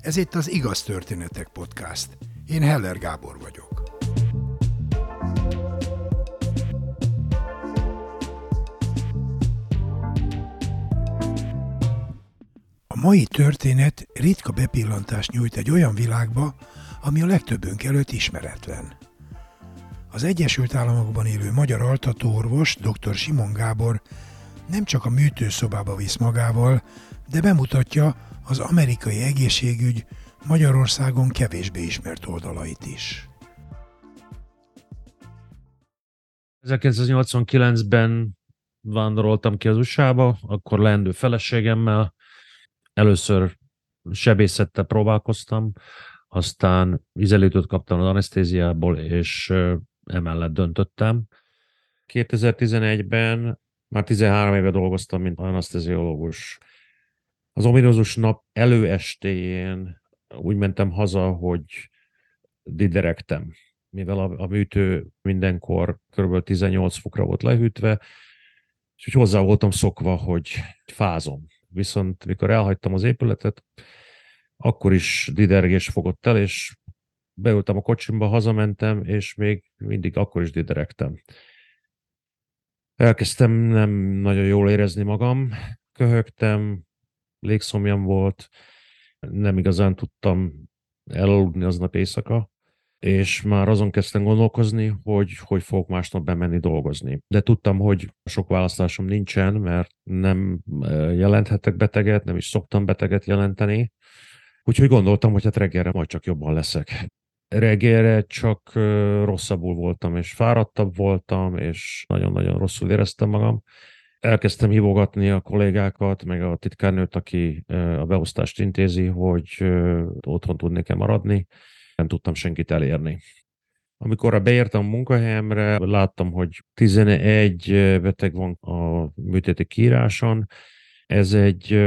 Ez itt az Igaz Történetek Podcast. Én Heller Gábor vagyok. A mai történet ritka bepillantást nyújt egy olyan világba, ami a legtöbbünk előtt ismeretlen. Az Egyesült Államokban élő magyar altatóorvos, dr. Simon Gábor nem csak a műtőszobába visz magával, de bemutatja az amerikai egészségügy Magyarországon kevésbé ismert oldalait is. 1989-ben vándoroltam ki az USA-ba, akkor leendő feleségemmel. Először sebészettel próbálkoztam, aztán ízelítőt kaptam az anesztéziából, és emellett döntöttem. 2011-ben már 13 éve dolgoztam, mint aneszteziológus. Az ominózus nap előestéjén úgy mentem haza, hogy dideregtem, mivel a műtő mindenkor kb. 18 fokra volt lehűtve, és úgy hozzá voltam szokva, hogy fázom. Viszont mikor elhagytam az épületet, akkor is didergés fogott el, és beültem a kocsimba, hazamentem, és még mindig akkor is dideregtem. Elkezdtem nem nagyon jól érezni magam, köhögtem, légszomjam volt, nem igazán tudtam elaludni aznap éjszaka, és már azon kezdtem gondolkozni, hogy fogok másnap bemenni dolgozni. De tudtam, hogy sok választásom nincsen, mert nem jelenthetek beteget, nem is szoktam beteget jelenteni. Úgyhogy gondoltam, hogy hát reggelre majd csak jobban leszek. Reggelre csak rosszabbul voltam, és fáradtabb voltam, és nagyon-nagyon rosszul éreztem magam. Elkezdtem hívogatni a kollégákat, meg a titkárnőt, aki a beosztást intézi, hogy otthon tudnék-e maradni. Nem tudtam senkit elérni. Amikor beértem a munkahelyemre, láttam, hogy 11 beteg van a műtéti kiíráson. Ez egy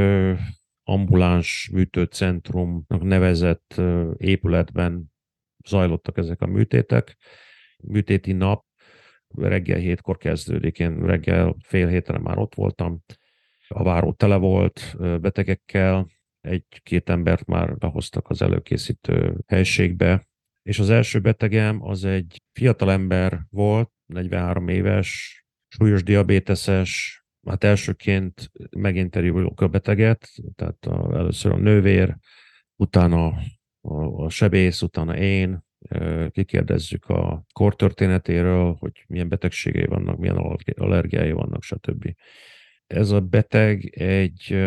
ambuláns műtőcentrumnak nevezett épületben zajlottak ezek a műtétek. Műtéti nap reggel 7-kor kezdődik. Én reggel fél hétre már ott voltam. A váró tele volt betegekkel. Egy-két embert már behoztak az előkészítő helységbe. És az első betegem az egy fiatalember volt, 43 éves, súlyos diabéteses. Hát elsőként meginterjúoljuk a beteget, tehát először a nővér, utána a sebész, utána én, kikérdezzük a kortörténetéről, hogy milyen betegségei vannak, milyen allergiái vannak, stb. Ez a beteg egy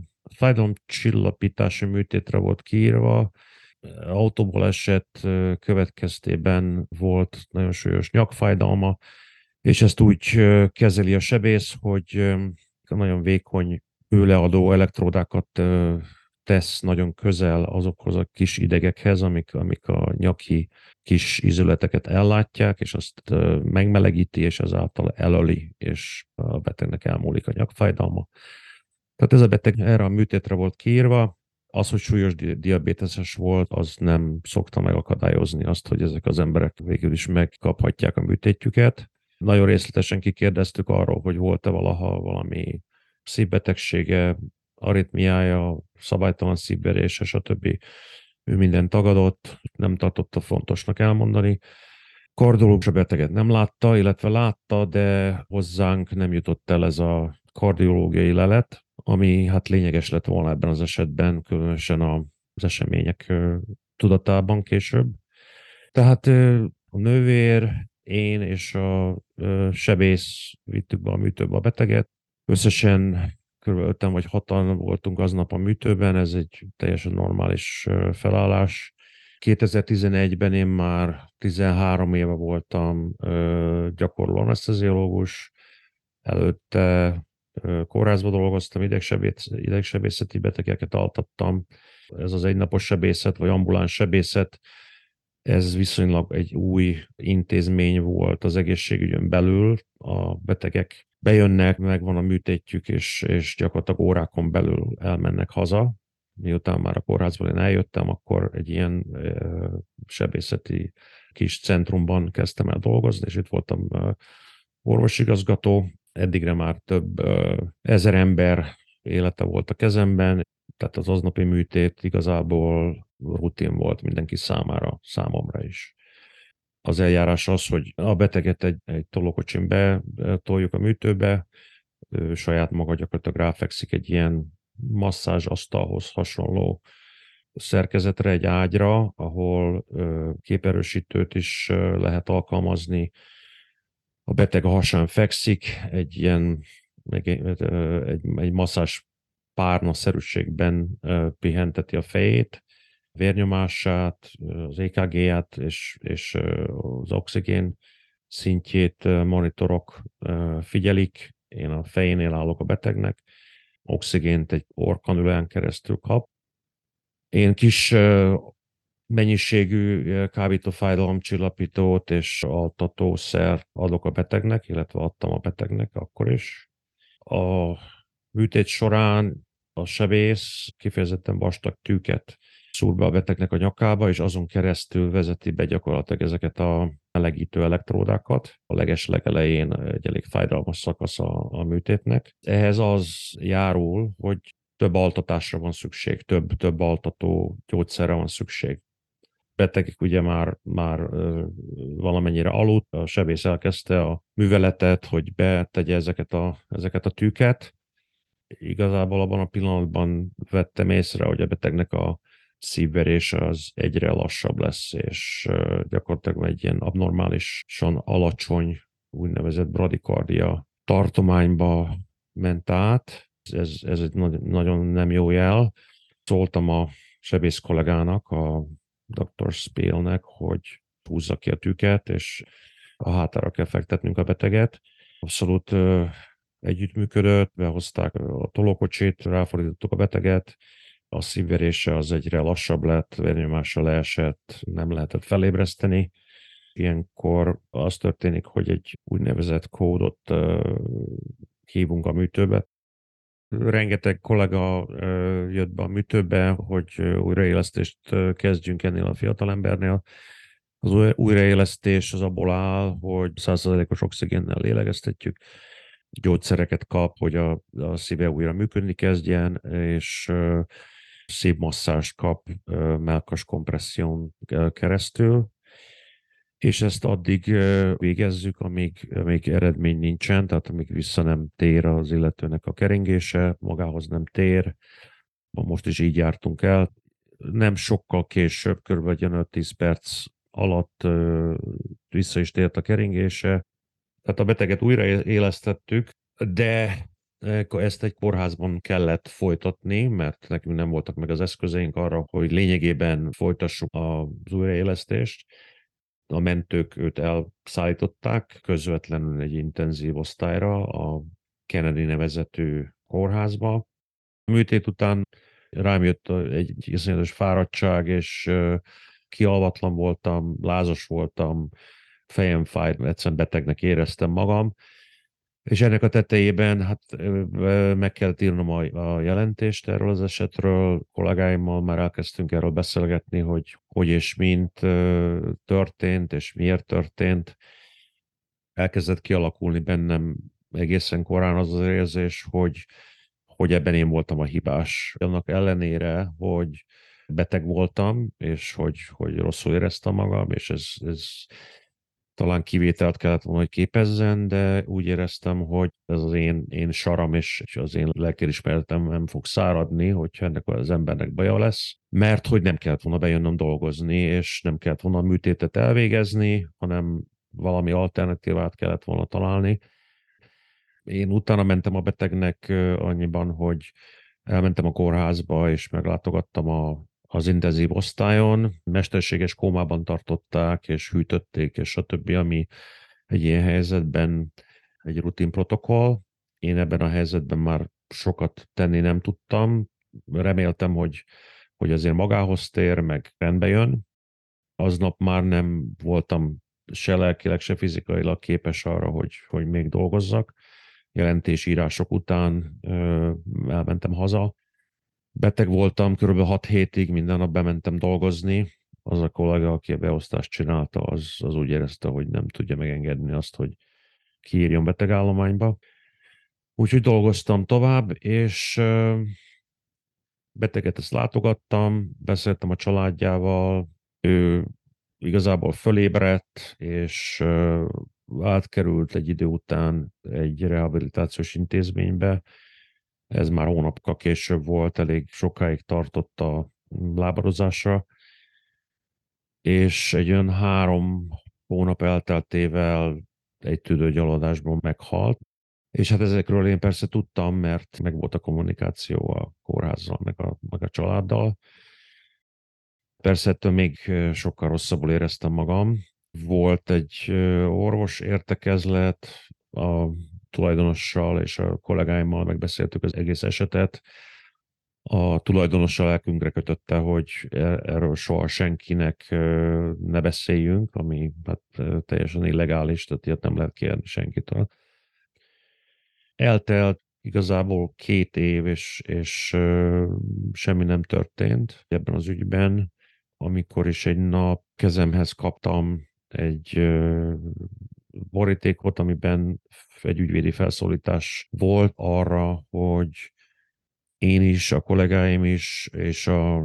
fájdalomcsillapítási műtétre volt kiírva, autóból esett, következtében volt nagyon súlyos nyakfájdalma, és ezt úgy kezeli a sebész, hogy nagyon vékony hőleadó elektródákat tesz nagyon közel azokhoz a kis idegekhez, amik a nyaki kis ízületeket ellátják, és azt megmelegíti, és ezáltal elöli, és a betegnek elmúlik a nyakfájdalma. Tehát ez a beteg erre a műtétre volt kiírva. Az, hogy súlyos diabéteses volt, az nem szokta megakadályozni azt, hogy ezek az emberek végül is megkaphatják a műtétjüket. Nagyon részletesen kikérdeztük arról, hogy volt-e valaha valami szívbetegsége, aritmiája, szabálytalan szívverése, stb. Ő mindent tagadott, nem tartotta fontosnak elmondani. Kardiológus a beteget nem látta, illetve látta, de hozzánk nem jutott el ez a kardiológiai lelet, ami hát lényeges lett volna ebben az esetben, különösen az események tudatában később. Tehát a nővér, én és a sebész vittük be a műtőbe a beteget. Összesen kb. 5 vagy 6-an voltunk aznap a műtőben, ez egy teljesen normális felállás. 2011-ben én már 13 éve voltam gyakorló aneszteziológus, előtte kórházban dolgoztam, idegsebészeti betegeket altattam. Ez az egynapos sebészet, vagy ambuláns sebészet, ez viszonylag egy új intézmény volt az egészségügyön belül. A betegek bejönnek, megvan a műtétjük, és gyakorlatilag órákon belül elmennek haza. Miután már a kórházból én eljöttem, akkor egy ilyen sebészeti kis centrumban kezdtem el dolgozni, és itt voltam orvosigazgató. Eddigre már több ezer ember élete volt a kezemben. Tehát az aznapi műtét igazából rutin volt mindenki számára, számomra is. Az eljárás az, hogy a beteget egy tolókocsin toljuk a műtőbe, ő saját maga gyakorlatilag ráfekszik egy ilyen masszázs asztalhoz hasonló szerkezetre, egy ágyra, ahol képerősítőt is lehet alkalmazni. A beteg a hasán fekszik, egy masszázs párnaszerűségben pihenteti a fejét, vérnyomását, az EKG-ját és az oxigén szintjét monitorok figyelik. Én a fejénél állok a betegnek, oxigént egy orrkanülán keresztül kap. Én kis mennyiségű kábítófájdalomcsillapítót és altatószert adok a betegnek, illetve adtam a betegnek akkor is. A műtét során a sebész kifejezetten vastag tűket szúr be a betegnek a nyakába, és azon keresztül vezeti be gyakorlatilag ezeket a melegítő elektródákat. A legelején egy elég fájdalmas szakasz a műtétnek. Ehhez az járul, hogy több altatásra van szükség, több altató gyógyszerre van szükség. Betegek ugye már valamennyire aludt, a sebész elkezdte a műveletet, hogy betegye ezeket a tűket. Igazából abban a pillanatban vettem észre, hogy a betegnek a szívverése az egyre lassabb lesz, és gyakorlatilag egy ilyen abnormálisan alacsony, úgynevezett bradikardia tartományba ment át. Ez egy nagyon nem jó jel. Szóltam a sebész kollégának, a Dr. Spélnek, hogy húzza ki a tüket, és a hátára kell fektetnünk a beteget. Abszolút együttműködött, behozták a tolókocsit, ráfordítottuk a beteget, a szívverése az egyre lassabb lett, vérnyomása leesett, nem lehetett felébreszteni. Ilyenkor az történik, hogy egy úgynevezett kódot hívunk a műtőbe. Rengeteg kollega jött be a műtőbe, hogy újraélesztést kezdjünk ennél a fiatalembernél. Az újraélesztés az abból áll, hogy 100%-os oxigénnel lélegeztetjük, gyógyszereket kap, hogy a szíve újra működni kezdjen, és szívmasszást kap mellkas kompresszión keresztül, és ezt addig végezzük, amíg eredmény nincsen, tehát amíg vissza nem tér az illetőnek a keringése, magához nem tér. Most is így jártunk el. Nem sokkal később, kb. 5-10 perc alatt vissza is tért a keringése. Tehát a beteget újra élesztettük, de ezt egy kórházban kellett folytatni, mert nekünk nem voltak meg az eszközeink arra, hogy lényegében folytassuk az újraélesztést. A mentők őt elszállították közvetlenül egy intenzív osztályra, a Kennedy nevezetű kórházba. A műtét után rám jött egy iszonyatos fáradtság, és kialvatlan voltam, lázas voltam, fejem fájt, egyszerűen betegnek éreztem magam, és ennek a tetejében hát meg kellett írnom a jelentést erről az esetről, kollégáimmal már elkezdtünk erről beszélgetni, hogy és mint történt, és miért történt. Elkezdett kialakulni bennem egészen korán az az érzés, hogy ebben én voltam a hibás. Annak ellenére, hogy beteg voltam, és hogy rosszul éreztem magam, és ez talán kivételt kellett volna, hogy képezzen, de úgy éreztem, hogy ez az én saram és az én lelkiismeretem nem fog száradni, hogyha ennek az embernek baja lesz, mert hogy nem kellett volna bejönnöm dolgozni, és nem kellett volna a műtétet elvégezni, hanem valami alternatívát kellett volna találni. Én utána mentem a betegnek annyiban, hogy elmentem a kórházba, és meglátogattam az intenzív osztályon. Mesterséges kómában tartották, és hűtötték, és a többi, ami egy ilyen helyzetben egy rutin protokoll. Én ebben a helyzetben már sokat tenni nem tudtam. Reméltem, hogy azért magához tér, meg rendbe jön. Aznap már nem voltam se lelkileg, se fizikailag képes arra, hogy még dolgozzak. Jelentésírások után elmentem haza. Beteg voltam, kb. 6 hétig minden nap bementem dolgozni. Az a kollega, aki a beosztást csinálta, az úgy érezte, hogy nem tudja megengedni azt, hogy kiírjon betegállományba. Úgyhogy dolgoztam tovább, és beteget ezt látogattam, beszéltem a családjával, ő igazából fölébredt, és átkerült egy idő után egy rehabilitációs intézménybe. Ez már hónapokkal később volt, elég sokáig tartott a lábadozása, és egy olyan 3 hónap elteltével egy tüdőgyulladásból meghalt. És hát ezekről én persze tudtam, mert meg volt a kommunikáció a kórházzal, meg a családdal. Persze ettől még sokkal rosszabbul éreztem magam. Volt egy orvos értekezlet, a tulajdonossal és a kollégáimmal megbeszéltük az egész esetet. A tulajdonossal lelkünkre kötötte, hogy erről soha senkinek ne beszéljünk, ami hát teljesen illegális, tehát ilyet nem lehet kérni senkitől. Eltelt igazából 2 év, és semmi nem történt ebben az ügyben, amikor is egy nap kezemhez kaptam egy borítékot, amiben egy ügyvédi felszólítás volt arra, hogy én is, a kollégáim is, és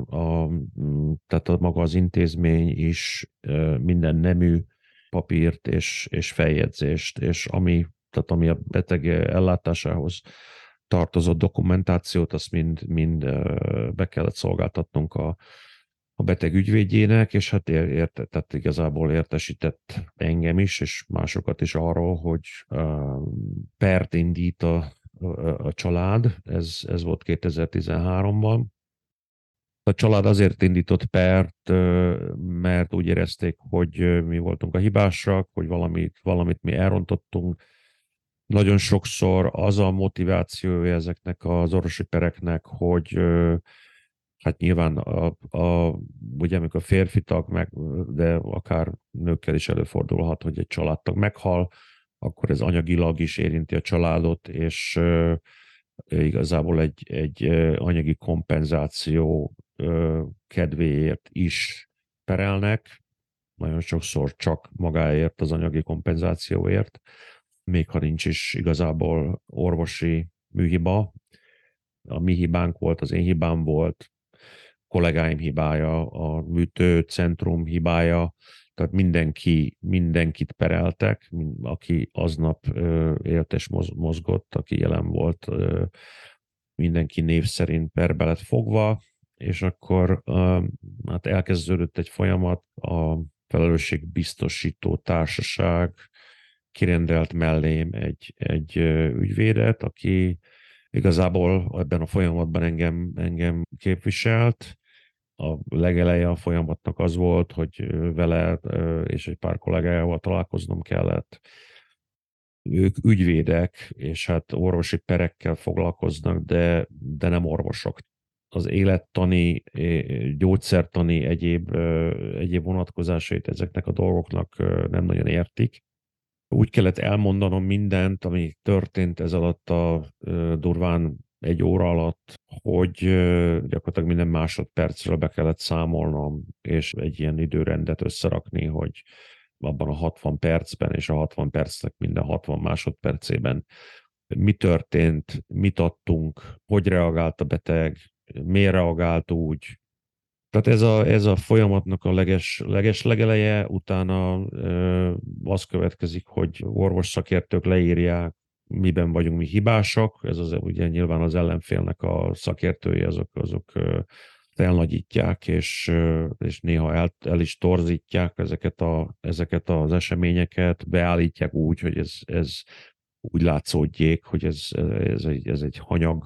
tehát maga az intézmény is minden nemű papírt és feljegyzést, és ami a beteg ellátásához tartozott dokumentációt, azt mind be kellett szolgáltatnunk a beteg ügyvédjének, és hát tehát igazából értesített engem is, és másokat is arról, hogy pert indít a család, ez volt 2013-ban. A család azért indított pert, mert úgy érezték, hogy mi voltunk a hibásak, hogy valamit mi elrontottunk. Nagyon sokszor az a motivációja ezeknek az orvosi pereknek, hogy hát nyilván ugye amikor férfi tag, de akár nőkkel is előfordulhat, hogy egy családtag meghal, akkor ez anyagilag is érinti a családot, és igazából egy anyagi kompenzáció kedvéért is perelnek, nagyon sokszor csak magáért, az anyagi kompenzációért, még ha nincs is igazából orvosi műhiba. A mi hibánk volt, az én hibám volt, kollégáim hibája, a műtőcentrum hibája, tehát mindenkit pereltek, aki aznap élt és mozgott, aki jelen volt, mindenki név szerint perbe lett fogva, és akkor hát elkezdődött egy folyamat, a felelősségbiztosító társaság kirendelt mellém egy ügyvédet, aki igazából ebben a folyamatban engem képviselt. A legeleje a folyamatnak az volt, hogy vele és egy pár kollégájával találkoznom kellett. Ők ügyvédek, és hát orvosi perekkel foglalkoznak, de nem orvosok. Az élettani, gyógyszertani egyéb vonatkozásait ezeknek a dolgoknak nem nagyon értik. Úgy kellett elmondanom mindent, ami történt ez alatt a durván 1 óra alatt, hogy gyakorlatilag minden másodpercről be kellett számolnom, és egy ilyen időrendet összerakni, hogy abban a 60 percben és a 60 percnek minden 60 másodpercében mi történt, mit adtunk, hogy reagált a beteg, miért reagált úgy. Tehát ez a folyamatnak a leges legeleje, utána az következik, hogy orvos szakértők leírják, miben vagyunk mi hibásak, ez ugye nyilván az ellenfélnek a szakértői, azok elnagyítják, és néha el is torzítják ezeket az eseményeket, beállítják úgy, hogy ez úgy látszódjék, hogy ez egy hanyag,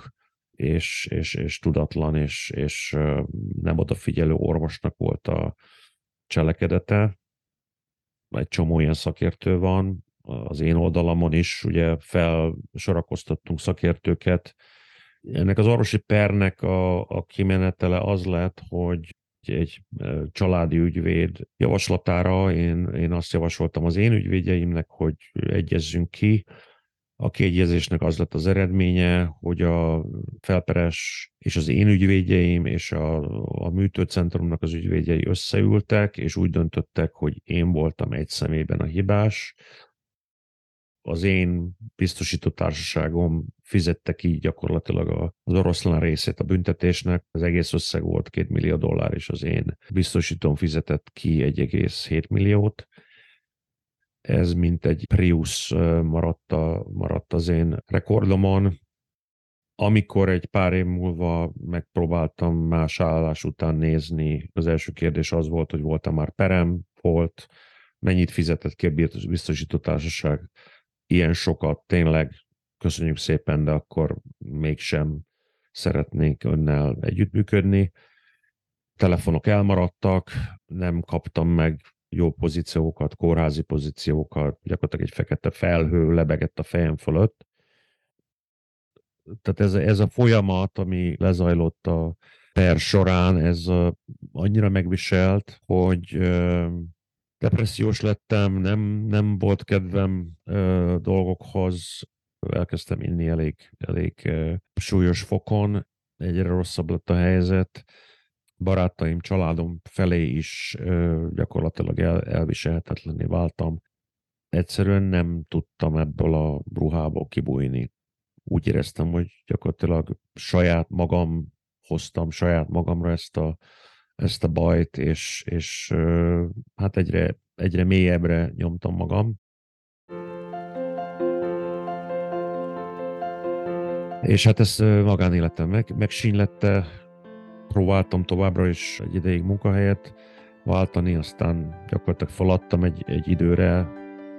és tudatlan, és nem odafigyelő orvosnak volt a cselekedete. Egy csomó ilyen szakértő van, az én oldalamon is ugye felsorakoztattunk szakértőket. Ennek az orvosi pernek a kimenetele az lett, hogy egy családi ügyvéd javaslatára én azt javasoltam az én ügyvédjeimnek, hogy egyezzünk ki. A kiegyezésnek az lett az eredménye, hogy a felperes és az én ügyvédjeim és a műtőcentrumnak az ügyvédjei összeültek, és úgy döntöttek, hogy én voltam egy személyben a hibás. az én biztosítótársaságom fizette ki gyakorlatilag az oroszlán részét a büntetésnek. Az egész összeg volt $2 millió, és az én biztosítóm fizetett ki 1,7 milliót. Ez mint egy Prius maradt az én rekordomon. Amikor egy pár év múlva megpróbáltam más állás után nézni, az első kérdés az volt, hogy volt-e már perem, volt, mennyit fizetett ki a biztosítótársaság, ilyen sokat, tényleg köszönjük szépen, de akkor mégsem szeretnénk önnel együttműködni. Telefonok elmaradtak, nem kaptam meg jó pozíciókat, kórházi pozíciókat, gyakorlatilag egy fekete felhő lebegett a fejem fölött. Tehát ez a folyamat, ami lezajlott a per során, ez annyira megviselt, hogy depressziós lettem, nem volt kedvem dolgokhoz, elkezdtem inni elég súlyos fokon, egyre rosszabb lett a helyzet, barátaim, családom felé is gyakorlatilag elviselhetetlenné váltam. Egyszerűen nem tudtam ebből a ruhából kibújni. Úgy éreztem, hogy gyakorlatilag saját magam hoztam saját magamra ezt a bajt, és hát egyre mélyebbre nyomtam magam. És hát ez magánéletem megsínylette, próbáltam továbbra is egy ideig munkahelyet váltani, aztán gyakorlatilag feladtam egy időre.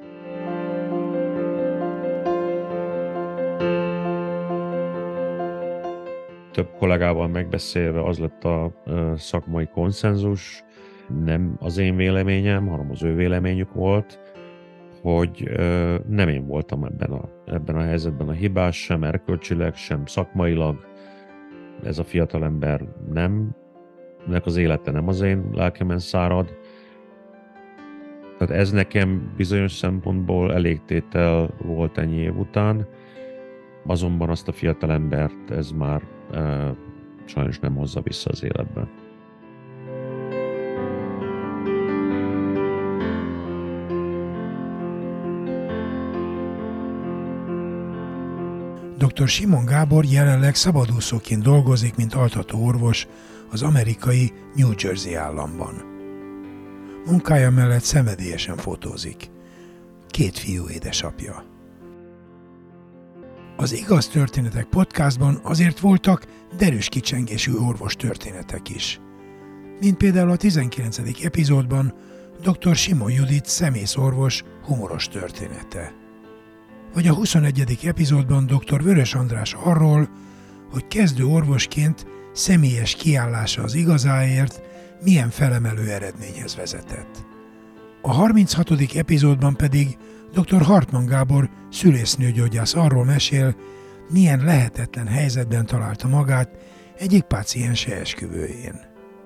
Több kollégával megbeszélve az lett a szakmai konszenzus, nem az én véleményem, hanem az ő véleményük volt, hogy nem én voltam ebben a helyzetben a hibás, sem erkölcsileg, sem szakmailag. Ez a fiatalember ennek az élete nem az én lelkemen szárad. Tehát ez nekem bizonyos szempontból elégtétel volt ennyi év után, azonban azt a fiatalembert ez már sajnos nem hozza vissza az életbe. Dr. Simon Gábor jelenleg szabadúszóként dolgozik, mint altató orvos az amerikai New Jersey államban. Munkája mellett szenvedélyesen fotózik. 2 fiú édesapja. Az Igaz Történetek podcastban azért voltak derűs kicsengésű orvos történetek is. Mint például a 19. epizódban dr. Simon Judit szemészorvos humoros története. Vagy a 21. epizódban dr. Vörös András arról, hogy kezdő orvosként személyes kiállása az igazáért milyen felemelő eredményhez vezetett. A 36. epizódban pedig dr. Hartmann Gábor szülésznőgyógyász arról mesél, milyen lehetetlen helyzetben találta magát egyik páciense esküvőjén.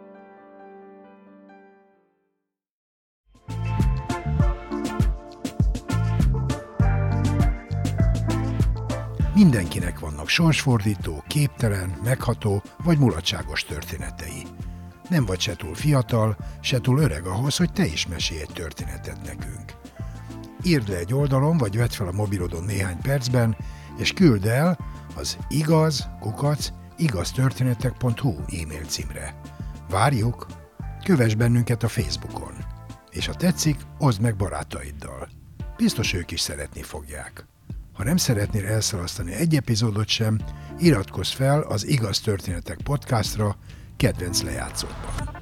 Mindenkinek vannak sorsfordító, képtelen, megható vagy mulatságos történetei. Nem vagy se túl fiatal, se túl öreg ahhoz, hogy te is mesélj egy történetet nekünk. Írd le egy oldalon, vagy vedd fel a mobilodon néhány percben, és küld el az igaz@igaztörténetek.hu e-mail címre. Várjuk! Kövess bennünket a Facebookon. És ha tetszik, oszd meg barátaiddal. Biztos ők is szeretni fogják. Ha nem szeretnél elszalasztani egy epizódot sem, iratkozz fel az Igaz Történetek podcastra kedvenc lejátszódban.